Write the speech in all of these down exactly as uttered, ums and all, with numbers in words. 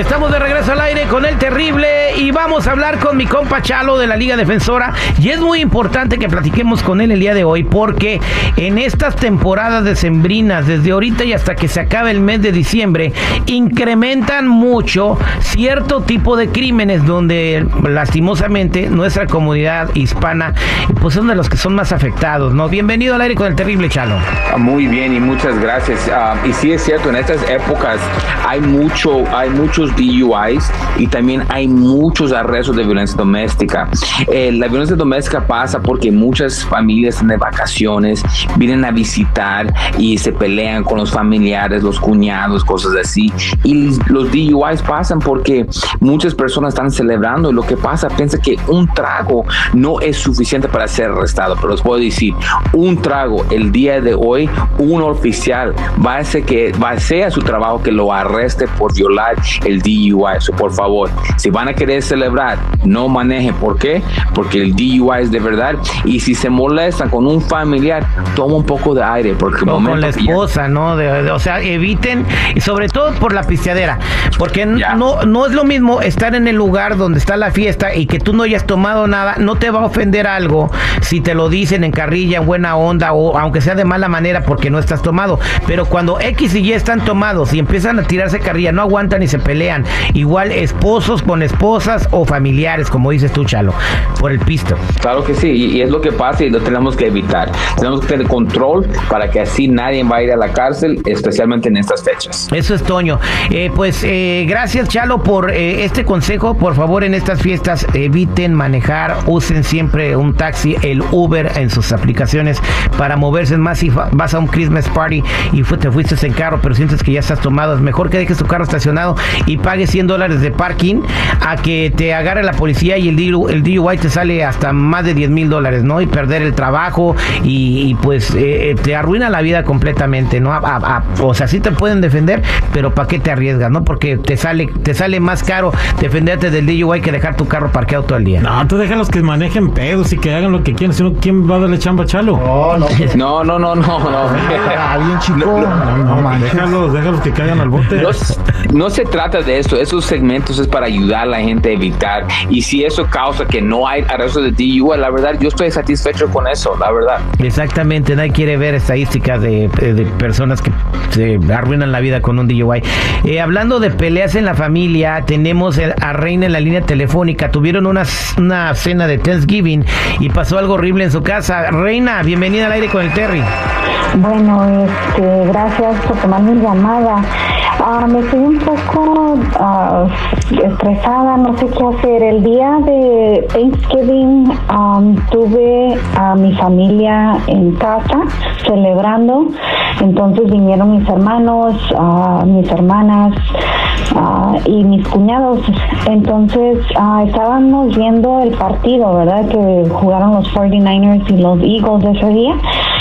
estamos de regreso al aire con El Terrible y vamos a hablar con mi compa Chalo de la Liga Defensora. Y es muy importante que platiquemos con él el día de hoy porque en estas temporadas decembrinas, desde ahorita y hasta que se acabe el mes de diciembre, incrementan mucho cierto tipo de crímenes donde lastimosamente nuestra comunidad hispana pues son de los que son más afectados, ¿no? Bienvenido al aire con El Terrible, Chalo. Muy bien y muchas gracias. Uh, y sí es cierto, en estas épocas hay mucho, hay muchos D U Is y también hay muchos arrestos de violencia doméstica. Eh, la violencia doméstica pasa porque muchas familias están de vacaciones, vienen a visitar y se pelean con los familiares, los cuñados, cosas así. Y los D U Is pasan porque muchas personas están celebrando y lo que pasa, piensa que un trago no es suficiente para ser arrestado. Pero les puedo decir, un trago el día de hoy, un oficial va a hacer que va a hacer su trabajo que lo arreste por violar el D U I. So, por favor, si van a querer celebrar, no manejen. ¿Por qué? Porque el D U I es de verdad. Y si se molestan con un familiar, toma un poco de aire. Porque o con la esposa, ya... ¿no? De, de, o sea, eviten, y sobre todo por la pisteadera. Porque no, no es lo mismo estar en el lugar donde está la fiesta y que tú no hayas tomado nada. No te va a ofender algo si te lo dicen en carrilla, en buena onda, o aunque sea de mala manera porque no estás tomado. Pero cuando X y Y están tomados y empiezan a tirarse carrilla, no aguantan y se pelean. Igual esposos con esposas o familiares, como dices tú, Chalo, por el pisto. Claro que sí, y, y es lo que pasa y lo tenemos que evitar. Tenemos que tener control para que así nadie va a ir a la cárcel, especialmente en estas fechas. Eso es, Toño. Eh, pues eh, gracias, Chalo, por eh, este consejo. Por favor, en estas fiestas eviten manejar, usen siempre un taxi, el Uber en sus aplicaciones para moverse más. Si vas a un Christmas party y fu- te fuiste en carro, pero sientes que ya estás tomado, es mejor que dejes tu carro estacionado y pagues cien dólares de parking a que te agarre la policía y el D U I, el D U I te sale hasta más de diez mil dólares, ¿no? Y perder el trabajo y, y pues eh, te arruina la vida completamente, ¿no? A, a, a, o sea, sí te pueden defender, pero ¿para qué te arriesgas, no? Porque te sale te sale más caro defenderte del D U I que dejar tu carro parqueado todo el día. No, tú déjalos que manejen pedos y que hagan lo que quieran, si no, ¿quién va a darle chamba a Chalo? No, no, no, no, no, no, no. Alguien chico. No, no, no, no déjalos, déjalos que caigan al bote. No, no se trata de esto, esos segmentos es para ayudar a la gente a evitar, y si eso causa que no hay arresto de D U I, la verdad, yo estoy satisfecho con eso, la verdad. Exactamente, nadie quiere ver estadísticas de, de personas que se arruinan la vida con un D U I. Eh, hablando de peleas en la familia, tenemos a Reina en la línea telefónica. Tuvieron una, una cena de Thanksgiving y pasó algo horrible en su casa. Reina, bienvenida al aire con el Terry. Bueno, este, gracias por tomar mi llamada. Uh, me estoy un poco uh, estresada, no sé qué hacer. El día de Thanksgiving um, tuve a mi familia en casa celebrando, entonces vinieron mis hermanos, uh, mis hermanas uh, y mis cuñados. Entonces uh, estábamos viendo el partido, ¿verdad? Que jugaron los cuarenta y nueve ers y los Eagles ese día.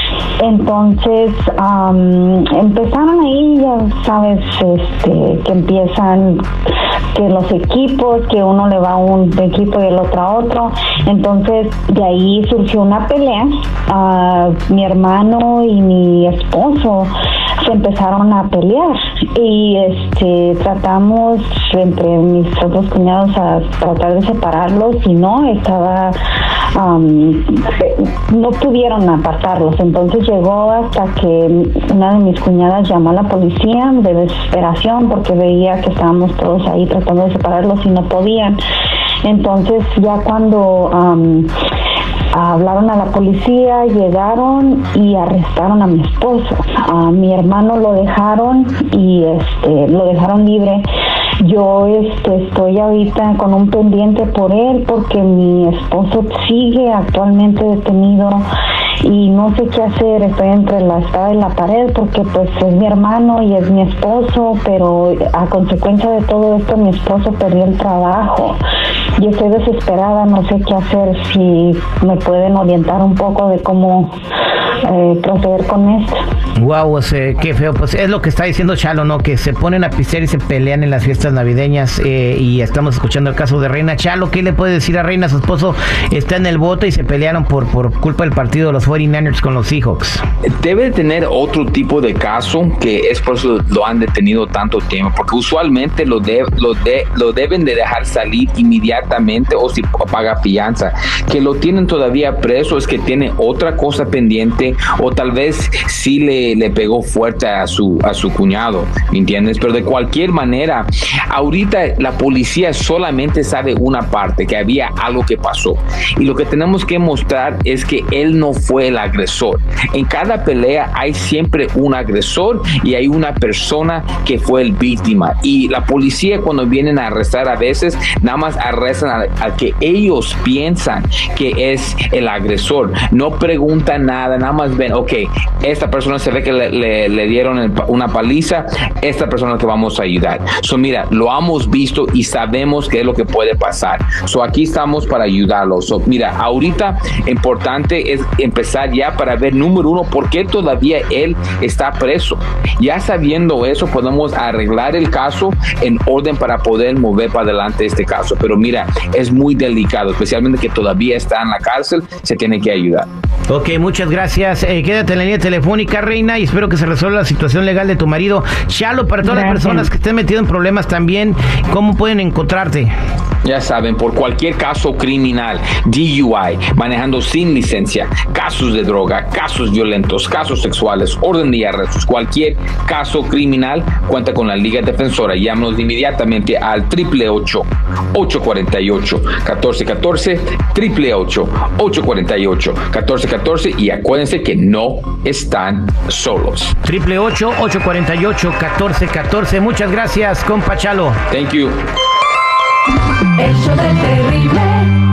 Entonces um, empezaron ahí, ya sabes, este, que empiezan que los equipos, que uno le va a un equipo y el otro a otro. Entonces de ahí surgió una pelea. Uh, mi hermano y mi esposo se empezaron a pelear y este tratamos entre mis otros cuñados a tratar de separarlos y no, estaba um, no pudieron apartarlos. Entonces llegó hasta que una de mis cuñadas llamó a la policía de desesperación porque veía que estábamos todos ahí tratando de separarlos y no podían. Entonces ya cuando um, hablaron a la policía, llegaron y arrestaron a mi esposo. A mi hermano lo dejaron y este lo dejaron libre. Yo este estoy ahorita con un pendiente por él porque mi esposo sigue actualmente detenido y no sé qué hacer. Estoy entre la espada y la pared porque pues es mi hermano y es mi esposo, pero a consecuencia de todo esto mi esposo perdió el trabajo y estoy desesperada, no sé qué hacer. Si me pueden orientar un poco de cómo eh, proceder con esto. Wow, o sea, qué feo. Pues es lo que está diciendo Chalo, ¿no? Que se ponen a pistear y se pelean en las fiestas navideñas. Eh, y estamos escuchando el caso de Reina. Chalo, ¿qué le puede decir a Reina? Su esposo está en el bote y se pelearon por, por culpa del partido de los cuarenta y nueve ers con los Seahawks. Debe tener otro tipo de caso, que es por eso lo han detenido tanto tiempo, porque usualmente lo, de, lo, de, lo deben de dejar salir inmediatamente, o si paga fianza. Que lo tienen todavía preso es que tiene otra cosa pendiente, o tal vez sí le, le pegó fuerte a su, a su cuñado, ¿me entiendes? Pero de cualquier manera, ahorita la policía solamente sabe una parte, que había algo que pasó, y lo que tenemos que mostrar es que él no fue el agresor. En cada pelea hay siempre un agresor y hay una persona que fue el víctima, y la policía, cuando vienen a arrestar, a veces nada más arrestan al, al que ellos piensan que es el agresor. No preguntan nada, nada más ven, ok, esta persona se ve que le, le, le dieron el, una paliza, esta persona es la que vamos a ayudar. So, mira, lo hemos visto y sabemos qué es lo que puede pasar. So, aquí estamos para ayudarlo. So, mira, ahorita importante es empezar ya para ver, número uno, por qué todavía él está preso. Ya sabiendo eso, podemos arreglar el caso en orden para poder mover para adelante este caso. Pero mira, es muy delicado, especialmente que todavía está en la cárcel, se tiene que ayudar. Ok, muchas gracias. Eh, quédate en la línea telefónica, Reina, y espero que se resuelva la situación legal de tu marido. Chalo, para todas gracias. Las personas que estén metidas en problemas también, ¿cómo pueden encontrarte? Ya saben, por cualquier caso criminal, D U I, manejando sin licencia, casos de droga, casos violentos, casos sexuales, orden de arrestos, cualquier caso criminal, cuenta con la Liga Defensora. Llámanos inmediatamente al triple ocho, ocho cuatro ocho, uno cuatro uno cuatro, triple ocho, ocho cuatro ocho, uno cuatro uno cuatro, y acuérdense que no están solos. Triple ocho, ocho cuatro ocho, uno cuatro uno cuatro. Muchas gracias, compa Chalo. Thank you. El show del terrible.